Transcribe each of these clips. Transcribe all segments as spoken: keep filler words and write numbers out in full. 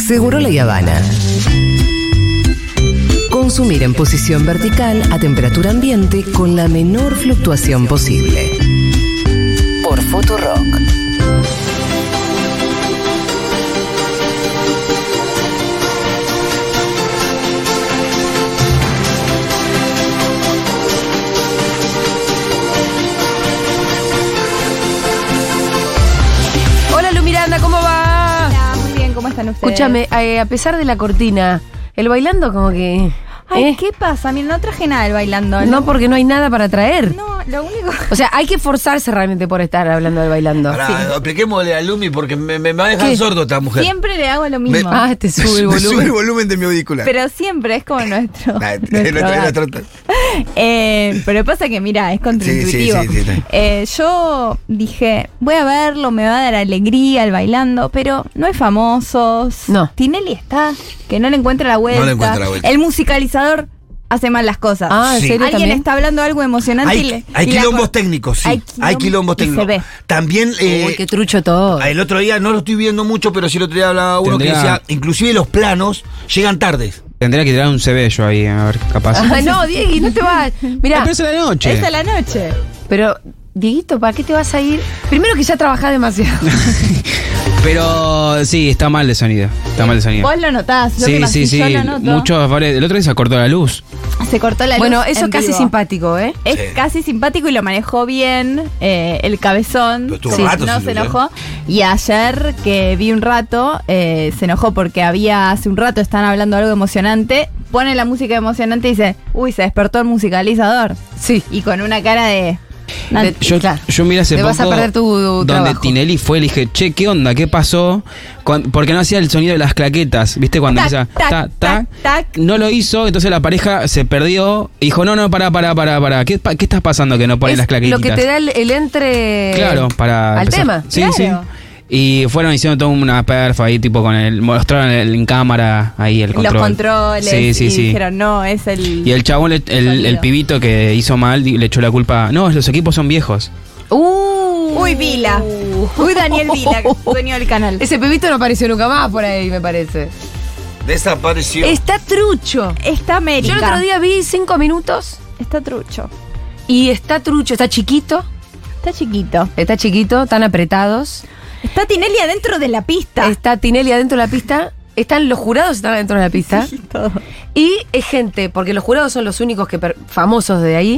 Seguro La Habana. Consumir en posición vertical a temperatura ambiente con la menor fluctuación posible. Por Futurock. Hola Lu Miranda, ¿cómo va? Hola, muy bien, ¿cómo están ustedes? Escúchame, eh, a pesar de la cortina, el bailando como que... Ay, ¿eh? ¿qué pasa? Mira, no traje nada del bailando. No, porque no hay nada para traer. No, lo único... O sea, hay que forzarse realmente por estar hablando del bailando. Pará, Sí. apliquémosle a Lumi porque me, me va a dejar ¿Qué? sordo esta mujer. Siempre le hago lo mismo. Ah, te sube el Me sube volumen. el volumen de mi auricular. Pero siempre es como nuestro. Nah, nuestro el otro- el gato. otro- Eh, pero pasa que, mira, es contraintuitivo. Sí, sí, sí, sí, sí. Eh, yo dije, voy a verlo, me va a dar alegría el bailando, pero no hay famosos. No. Tinelli está, que no le encuentra la vuelta. No le encuentra la vuelta. El musicalizador hace mal las cosas. Ah, ¿en Sí. serio Alguien también? está hablando algo emocionante y Hay, le. hay y la quilombos cor- técnicos, sí. Hay Hay quilombos y se técnicos. ve. También, eh, Uy, qué trucho todo. el otro día, no lo estoy viendo mucho, pero sí el otro día hablaba uno Tendría- que decía, inclusive los planos llegan tardes. Tendría que tirar un C B yo ahí, a ver, capaz. Ah, no, Diego, no te vas. Ah, Mirá, pero es la noche. Esa es la noche. pero, Dieguito, ¿para qué te vas a ir? Primero que ya trabajás demasiado. Pero sí, está mal de sonido. Está mal de sonido. Vos lo notás, yo que Sí, más- sí, sí. yo lo noto. Muchos varios- el otro día se cortó la luz. Se cortó la luz. Bueno, eso en es casi vivo. simpático, ¿eh? Es Sí. casi simpático y lo manejó bien eh, el cabezón. Pero estuvo Sí, rato no sin se luz, enojó. Y ayer que vi un rato, eh, se enojó porque había hace un rato estaban hablando algo emocionante. Pone la música emocionante y dice, uy, se despertó el musicalizador. Sí. Y con una cara de... no, De- Yo, Claro. yo miré hace Te poco vas a perder tu donde trabajo. Tinelli fue, le dije, che, ¿qué onda? ¿Qué pasó? Cuan- porque no hacía el sonido de las claquetas, ¿viste? Cuando Tac, empieza tac, tac, tac, tac, tac. no lo hizo, entonces la pareja se perdió y dijo, no, no, pará, pará, pará, pará. ¿Qué, pa- qué estás pasando que no ponen Es las claquetitas? lo que te da el, el entre... Claro, para al empezar. tema. Sí, Claro. sí. Y fueron haciendo toda una perfa ahí, tipo con el. Mostraron el- en cámara ahí el control. Los controles. Sí, sí, y sí. dijeron, no, es el... Y el chabón, le- el, Sonido. el pibito que hizo mal, di- le echó la culpa. No, los equipos son viejos. Uh, Uy, Vila. Uy, Daniel Vila, dueño del canal. Ese pebito no apareció nunca más por ahí, me parece. Desapareció. Está trucho. Está América. Yo el otro día vi cinco minutos Está trucho. y está trucho, está chiquito. Está chiquito. Está chiquito, están apretados. Está Tinelli adentro de la pista. Está Tinelli adentro de la pista. Están los jurados, están adentro de la pista. Todo. Y es gente, porque los jurados son los únicos que per- famosos de ahí,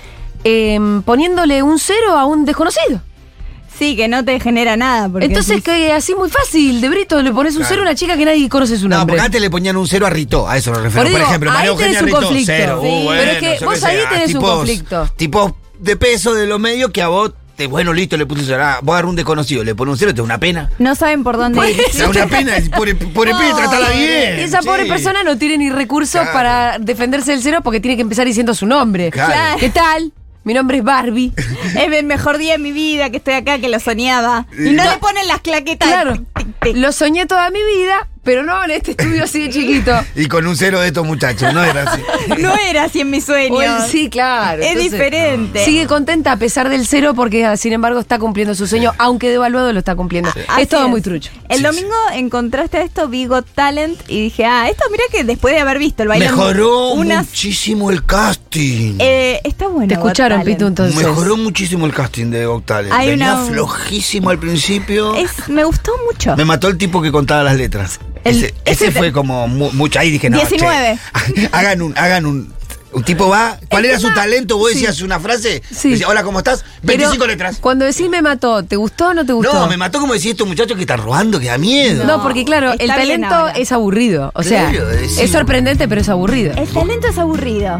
em, poniéndole un cero a un desconocido. Sí, que no te genera nada. Porque Entonces, decís, que así muy fácil, de brito le pones un Claro. cero a una chica que nadie conoce su No, nombre. porque antes le ponían un cero a Rito, a eso lo refiero. Por Por, digo, ejemplo, ahí María Eugenia tenés un Rito, conflicto. cero. Sí. Uh, bueno, Pero es que yo vos qué ahí sé, tenés un tipos- conflicto. Tipos de peso de los medios que a vos, te, bueno, listo, le puse un cero. Ah, vos agarrás un desconocido, le pones un cero, te da una pena. no saben por dónde ir. Te da una pena, pobre, pobre No, pibe, tratala bien. Esa pobre sí. persona no tiene ni recursos Claro. para defenderse del cero porque tiene que empezar diciendo su nombre. Claro. ¿Qué tal? Mi nombre es Barbie. Es el mejor día de mi vida que estoy acá, que lo soñaba. Y no, No. le ponen las claquetas. Claro. Tic, tic. Lo soñé toda mi vida, pero no en este estudio así de chiquito. Y con un cero de estos muchachos, no era así. No era así en mis sueños. O el- sí, claro. Es Entonces, diferente. Sigue contenta a pesar del cero porque, ah, sin embargo, está cumpliendo su sueño, aunque devaluado lo está cumpliendo. Así Es todo es. muy trucho. El Sí, domingo en contraste a esto vi Got Talent y dije, ah, esto mira que después de haber visto el baile. Mejoró unas, muchísimo el casting. eh, está bueno. Te Got escucharon, Talent. Pitu, entonces. Mejoró muchísimo el casting de Got Talent. Hay Venía una- flojísimo al principio. Es, me gustó mucho. Me mató el tipo que contaba las letras. El- ese ese ese- fue como mu- mucho. Ahí dije, no, diecinueve. che, hagan un, hagan un. Un tipo va. ¿Cuál era su Encima- talento? Vos sí. decías una frase. Sí. Decía, hola, ¿cómo estás? veinticinco Pero letras. Cuando decís me mató, ¿te gustó o no te gustó? No, me mató como decía estos muchachos que están robando, que da miedo. No, porque claro, el está bien talento ahora. es aburrido. O sea, Claro, decimos. es sorprendente, pero es aburrido. El talento es aburrido.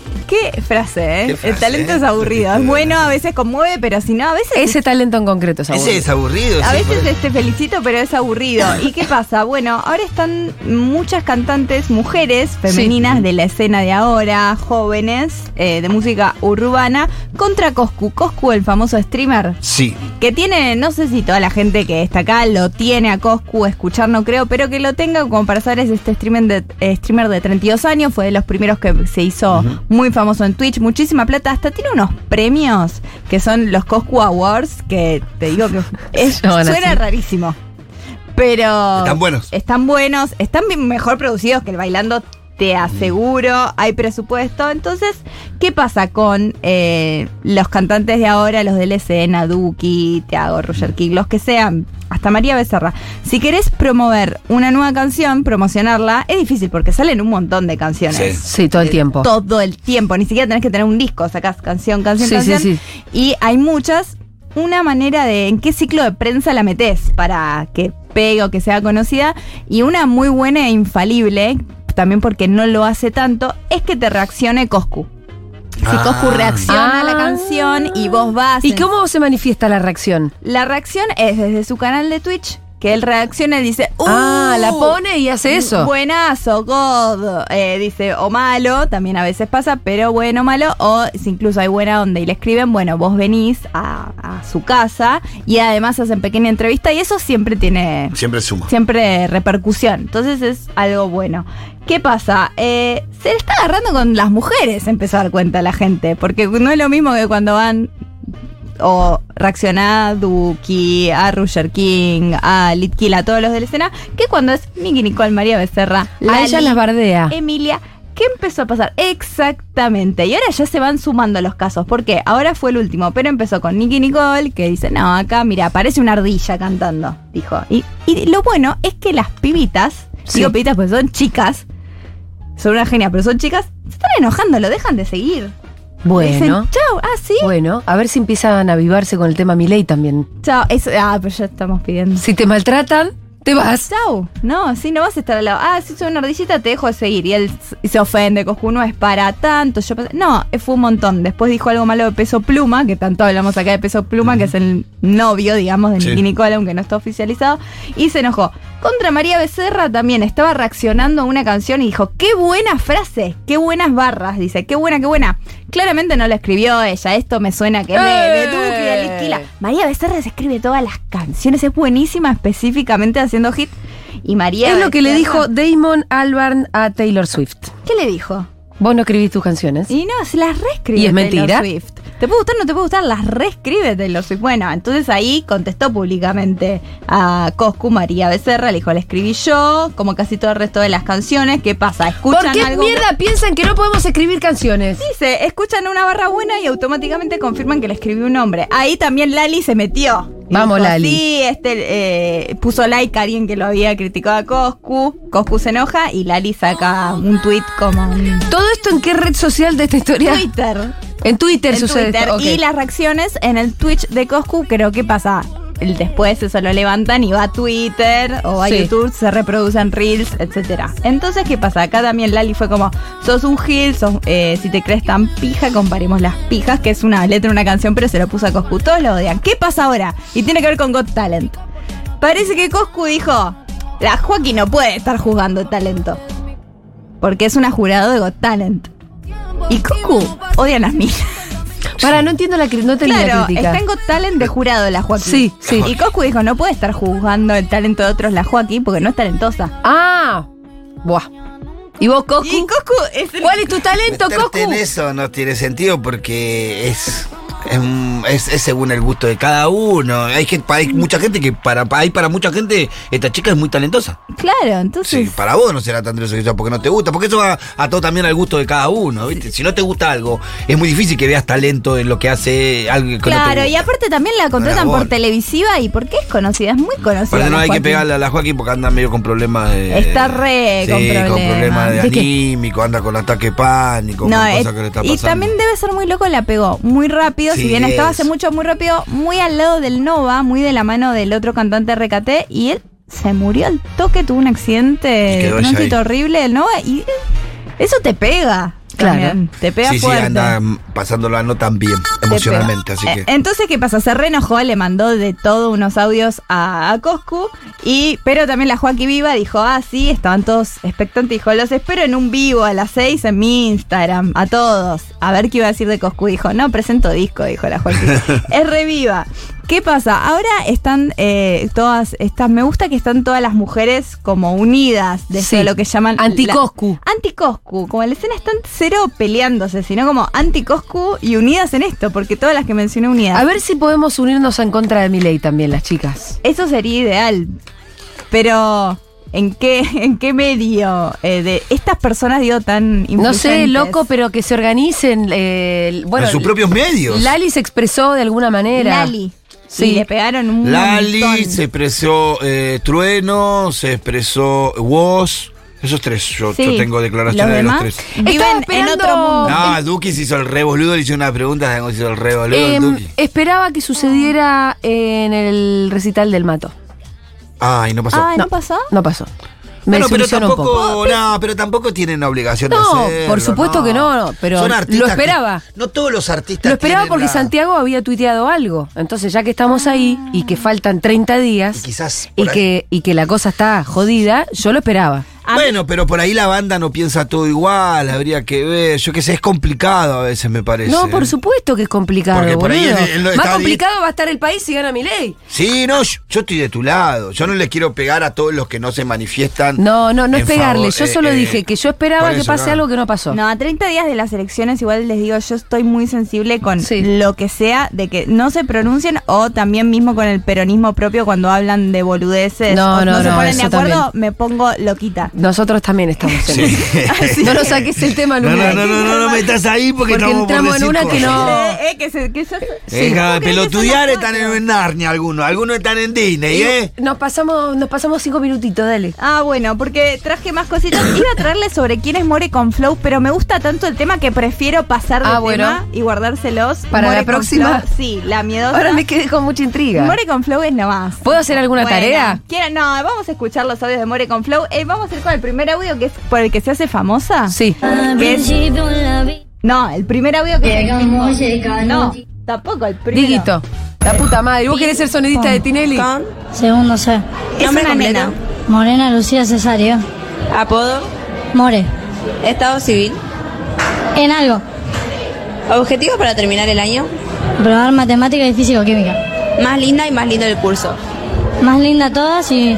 Qué frase, ¿eh? Qué frase, el talento ¿eh? es aburrido. Es bueno, a veces conmueve, pero si no, a veces... Ese talento en concreto es aburrido. Ese es aburrido. A sí, veces por- te felicito, pero es aburrido. ¿Y qué pasa? Bueno, ahora están muchas cantantes, mujeres, femeninas Sí. de la escena de ahora, jóvenes, eh, de música urbana, contra Coscu. Coscu, el famoso streamer, Sí. que tiene, no sé si toda la gente que está acá lo tiene a Coscu, escuchar no creo, pero que lo tenga como para saber es este streamer de, eh, streamer de treinta y dos años, fue de los primeros que se hizo muy famoso en Twitch, muchísima plata, hasta tiene unos premios que son los Coscu Awards, que te digo que es- No, no, suena sí. rarísimo. Pero Están buenos. Están buenos, están bien mejor producidos que el Bailando, te aseguro, hay presupuesto. Entonces, ¿qué pasa con eh, los cantantes de ahora, los de L C N, Duki, Tiago, Roger King, los que sean, hasta María Becerra? Si querés promover una nueva canción, promocionarla, es difícil porque salen un montón de canciones. Sí. Sí, todo el tiempo. Todo el tiempo, ni siquiera tenés que tener un disco, sacás canción, canción, Sí, canción. sí, sí. Y hay muchas, una manera de en qué ciclo de prensa la metés para que pegue o que sea conocida. Y una muy buena e infalible, también porque no lo hace tanto, es que te reaccione Coscu. Si Ah. Coscu reacciona Ah. a la canción y vos vas... ¿Y en- cómo se manifiesta la reacción? La reacción es desde su canal de Twitch, que él reacciona y dice... ¡Uh! Ah, la pone y hace eso. Buenazo, God. Eh, dice, o malo, también a veces pasa, pero bueno, malo. O si incluso hay buena onda y le escriben, bueno, vos venís a, a su casa y además hacen pequeña entrevista y eso siempre tiene... Siempre suma. Siempre repercusión. Entonces es algo bueno. ¿Qué pasa? Eh, se le está agarrando con las mujeres, empezó a dar cuenta la gente. Porque no es lo mismo que cuando van o reacciona a Duki, a Roger King, a Litkill, a todos los de la escena, que cuando es Nicky Nicole, María Becerra, A Lali, ella las bardea. Emilia. ¿Qué empezó a pasar? Exactamente. Y ahora ya se van sumando los casos. ¿Por qué? Ahora fue el último, pero empezó con Nicky Nicole, que dice, no, acá, mira, parece una ardilla cantando, dijo. Y, y lo bueno es que las pibitas, Sí. digo pibitas porque son chicas, son una genia, pero son chicas, se están enojando, lo dejan de seguir. Bueno. Dicen, chau, ah, sí, Bueno, a ver si empiezan a avivarse con el tema Milei también. chau. Eso, ah, pero ya estamos pidiendo. Si te maltratan, te vas. Chau. No, sí, no vas a estar al lado. Ah, si soy una ardillita, te dejo de seguir. Y él s- se ofende, Coscu no es para tanto. Yo pensé- no, eh, fue un montón. Después dijo algo malo de Peso Pluma, que tanto hablamos acá de Peso Pluma, que es el novio, digamos, de Sí. Nicky Nicole, aunque no está oficializado. Y se enojó. Contra María Becerra también estaba reaccionando a una canción y dijo, qué buena frase, qué buenas barras. Dice, qué buena, qué buena. Claramente no la escribió ella. Esto me suena que es de, de Duki, de Litquila. María Becerra se escribe todas las canciones. Es buenísima específicamente haciendo hit. Y María Es lo que le Becerra- dijo Damon Albarn a Taylor Swift. ¿Qué le dijo? Vos no escribís tus canciones. Y no, se las reescribe ¿Y es Taylor mentira? Swift. ¿Te puede gustar o no te puede gustar? Las reescribe Taylor Swift. Bueno, entonces ahí contestó públicamente a Coscu, María Becerra, le dijo, la escribí yo, como casi todo el resto de las canciones. ¿Qué pasa? ¿Escuchan ¿Por qué algo? mierda piensan que no podemos escribir canciones? Dice, escuchan una barra buena y automáticamente confirman que le escribió un nombre. Ahí también Lali se metió. Y Vamos, dijo, Lali. Sí, este eh, puso like a alguien que lo había criticado a Coscu. Coscu se enoja y Lali saca un tweet como un ¿Todo esto en qué red social de esta historia? Twitter. En Twitter En sucede Twitter. esto. Ok. Y las reacciones en el Twitch de Coscu, creo que pasa. El- Después eso lo levantan y va a Twitter o a Sí. YouTube, se reproducen reels, etcétera. Entonces, ¿qué pasa? Acá también Lali fue como, sos un gil, sos, eh, si te crees tan pija, comparemos las pijas, que es una letra de una canción, pero se lo puso a Coscu. Todos lo odian. ¿Qué pasa ahora? Y tiene que ver con Got Talent. Parece que Coscu dijo, la Joaquín no puede estar juzgando talento. Porque es una jurado de Got Talent. Y Coscu odian las minas. Para, no entiendo la, cri- no entendí la Claro, crítica. está en Got Talent de jurado la Joaquín. Sí, sí. Y Coscu dijo, no puede estar juzgando el talento de otros la Joaquín porque no es talentosa. Ah, buah. ¿Y vos, Coscu? Y Coscu es el... ¿Cuál es tu talento, Meterte Coscu? en eso no tiene sentido porque es, es, es- es según el gusto de cada uno. Hay, gente, hay mucha gente que para hay para mucha gente esta chica es muy talentosa. Claro, entonces... Sí, para vos no será tan talentosa porque no te gusta, porque eso va a todo también al gusto de cada uno. ¿viste? Si no te gusta algo, es muy difícil que veas talento en lo que hace algo que no te Claro, gusta. y aparte también la contratan No la por bola. televisiva y porque es conocida, es muy conocida. Por eso no la hay que Joaquín. pegarle a la Joaquín porque anda medio con problemas de. Está re sí, con con problemas. problemas de ¿De qué? anímico, anda con ataque pánico, No, con es- cosas que le está pasando. y también debe ser muy loco, la pegó muy rápido, Sí, si bien estaba es. hace mucho, muy rápido, muy al lado del Nova, muy de la mano del otro cantante R K T, y él se murió al toque, tuvo un accidente Y de quedó ella tránsito ahí. horrible del Nova, y eso te pega. Claro. También, te pega Sí, sí, fuerte. anda mm, pasándola no tan bien Te emocionalmente, pega. así Eh, que. Entonces, ¿qué pasa? Se reenojó, le mandó de todo unos audios a, a Coscu, y, pero también la Joaquín Viva dijo, ah, sí, estaban todos expectantes, dijo, los espero en un vivo a las seis en mi Instagram, a todos. A ver qué iba a decir de Coscu. Dijo, no, presento disco, dijo la Joaquín. Es reviva. ¿Qué pasa? Ahora están eh, todas, están, me gusta que están todas las mujeres como unidas de Sí. eso, lo que llaman... Anti-Coscu. la- Anti-Coscu. Como la escena están cero peleándose, sino como anti-Coscu y unidas en esto, porque todas las que mencioné unidas. A ver si podemos unirnos en contra de Milei también, las chicas. Eso sería ideal. Pero, ¿en qué, en qué medio eh, de estas personas, digo, tan influyentes? No sé, loco, pero que se organicen. Eh, bueno, en sus propios medios. Lali se expresó de alguna manera. Lali. Sí. Y le pegaron un Lali, montón. se expresó eh, Trueno, se expresó Woz. Esos tres, yo, Sí. yo tengo declaraciones ¿Los de los demás? tres. Viven Estaba en esperando- otro mundo. No, Duki se hizo el re boludo, le hizo una pregunta, se hizo el re boludo Eh, el Duki. esperaba que sucediera en el recital del Mato. Ay, no pasó. Ah, ¿no, No. pasó? No pasó. Me Bueno, pero desilusionó un poco. tampoco, no, pero tampoco tienen obligación No, de hacerlo. por supuesto que no, no, pero Son artistas lo esperaba. que- no todos los artistas Lo esperaba tienen porque la- Santiago había tuiteado algo. Entonces, ya que estamos ahí y que faltan treinta días Y quizás y por ahí- que, y que la cosa está jodida, yo lo esperaba. A mí- Bueno, pero por ahí la banda no piensa todo igual, habría que ver. Yo qué sé, es complicado a veces, me parece. No, por supuesto que es complicado. Porque por ahí boludo. él- él no Más está complicado va a estar el país si gana mi ley. Sí, no, yo, yo estoy de tu lado. Yo no le quiero pegar a todos los que no se manifiestan. No, no, no es en pegarle. favor, Yo eh, solo eh, dije que yo esperaba por que eso, pase no. algo que no pasó. No, a treinta días de las elecciones igual les digo, yo estoy muy sensible con Sí. lo que sea de que no se pronuncien o también mismo con el peronismo propio cuando hablan de boludeces No, o no, se no, ponen de eso acuerdo, también. me pongo loquita. Nosotros también estamos en Sí. eso. No nos saques el tema, No, Luna. no, no, no, no, no metas ahí porque, Porque estamos por entramos en decir una que cosas. no- Eh, eh, que se, que yo- Eh, ¿Cómo crees que pelotudear son las están en, cuatro? en Narnia algunos, algunos están en Disney, ¿eh? Nos pasamos, nos pasamos cinco minutitos, dale. Ah, bueno, porque traje más cositas. Iba a traerles sobre quién es More con Flow, pero me gusta tanto el tema que prefiero pasar de Ah, bueno. tema y guardárselos. Para More la con próxima. Flow, sí, la miedosa. Ahora me quedé con mucha intriga. More con Flow es nomás. ¿Puedo hacer alguna Bueno, tarea? ¿quieren? No, vamos a escuchar los audios de More con Flow. Eh, vamos a ir con el primer audio que es por el que se hace famosa. Sí. Que es- No, el primer audio que es No, tampoco el primero. Diguito. La puta madre. ¿Vos querés ser sonidista de Tinelli? Segundo C. Es una nena. Morena Lucía Cesario. Apodo, More. estado civil, En algo. objetivo para terminar el año, Probar matemática y físico-química. más linda y más lindo del curso. Más linda todas y,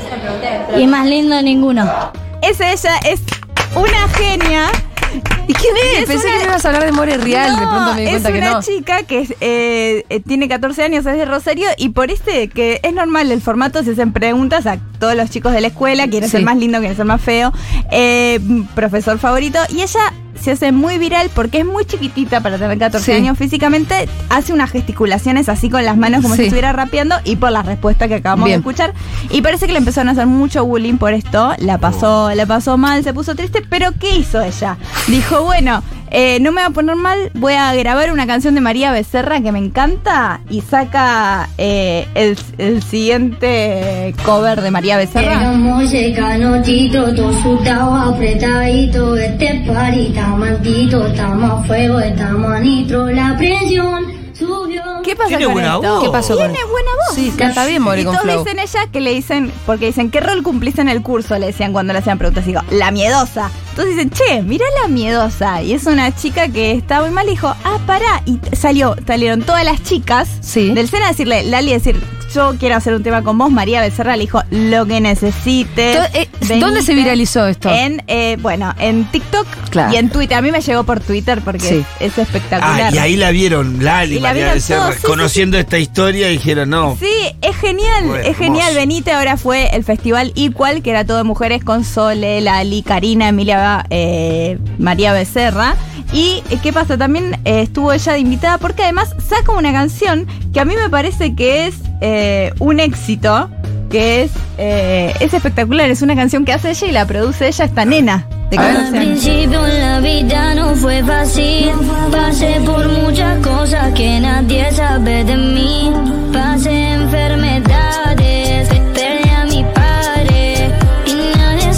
y más lindo ninguno. Es ella, es una genia. ¿Y quién es? Es Pensé una- que me ibas a hablar de More Real. de pronto me di cuenta es que una no. chica que es, eh, eh, tiene catorce años, es de Rosario, y por este, que es normal el formato, se hacen preguntas a todos los chicos de la escuela, quién es Sí. el más lindo, quién es el más feo, eh, profesor favorito, y ella se hace muy viral porque es muy chiquitita para tener catorce Sí. años físicamente, hace unas gesticulaciones así con las manos como Sí. si estuviera rapeando, y por la respuesta que acabamos Bien. de escuchar, y parece que le empezaron a hacer mucho bullying por esto, la pasó, la pasó mal, se puso triste, pero ¿qué hizo ella? Dijo, bueno, eh, no me va a poner mal, voy a grabar una canción de María Becerra que me encanta, y saca eh, el, el siguiente cover de María Becerra. Llegamos canotito, todo sudado, apretadito, este parita maldito, estamos a fuego, estamos a nitro, la presión subió. ¿Qué pasa Tiene con buena esto? voz. ¿Qué pasó con Tiene esto? buena voz. Sí, canta bien More Y con todos Flow. dicen ella que le dicen, porque dicen, ¿qué rol cumpliste en el curso? Le decían cuando le hacían preguntas. Digo, la miedosa. Entonces dicen, che, mirá la miedosa. Y es una chica que está muy mal. Y dijo, ah, pará. Y t- salió, salieron todas las chicas Sí. del SENA a decirle, Lali, decir, yo quiero hacer un tema con vos. María Becerra le dijo, lo que necesites. To- eh, venite". ¿Dónde se viralizó esto? En, eh, bueno, en TikTok Claro. y en Twitter. A mí me llegó por Twitter porque Sí. es, es espectacular. Ah, y ahí la vieron, Lali, Y la María vieron Becerra, todos, sí, conociendo esta historia, dijeron, no. Sí, es genial, Bueno, es genial. hermoso. Benite ahora fue el festival Equal, que era todo de mujeres con Sole, Lali, Karina, Emilia, eh, María Becerra. Y eh, ¿qué pasa? También eh, estuvo ella de invitada porque además saca una canción que a mí me parece que es eh, un éxito, que es, eh, es espectacular. Es una canción que hace ella y la produce ella, esta nena de A ver. catorce Al años. principio en la vida no fue fácil, pasé por muchas cosas que nadie sabe de mí, pasé enfermedades, perdí a mi padre y nadie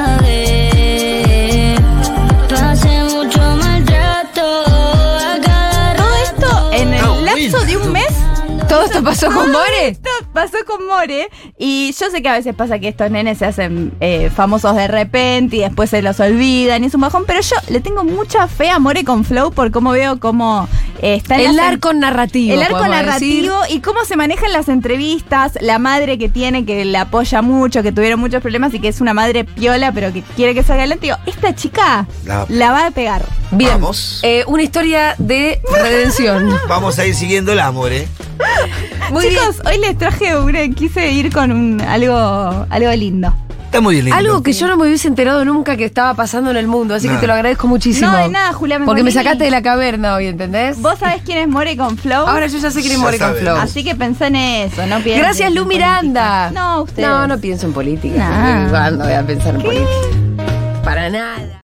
sabe, pasé mucho maltrato a cada Todo esto en el Ah, lapso bueno. de un mes. ¿Todo esto pasó con More? Esto pasó con More. Y yo sé que a veces pasa que estos nenes se hacen eh, famosos de repente y después se los olvidan y es un bajón. Pero yo le tengo mucha fe a More con Flow por cómo veo cómo eh, está en El las- arco narrativo. El arco podemos narrativo y cómo se manejan las entrevistas, la madre que tiene, que la apoya mucho, que tuvieron muchos problemas y que es una madre piola, pero que quiere que salga adelante. Digo, esta chica La- la, va a pegar. decir. Bien. Vamos. Eh, una historia de redención. Vamos a ir siguiendo el amor, ¿eh? Muy Chicos, hoy les traje una, quise ir con un, algo, algo lindo. Está muy lindo. Algo que yo no me hubiese enterado nunca que estaba pasando en el mundo, así Nada. que te lo agradezco muchísimo. No, de nada, Julián. Porque me Mengolini. sacaste de la caverna hoy, ¿entendés? Vos sabés quién es More con Flow. Ahora yo ya sé quién es Ya More con saben. Flow. Así que pensé en eso, no pienses Gracias, Lu en Miranda. política. No, ustedes. No, no pienso en política. Nah. ¿Cuándo voy a pensar en política? Para nada.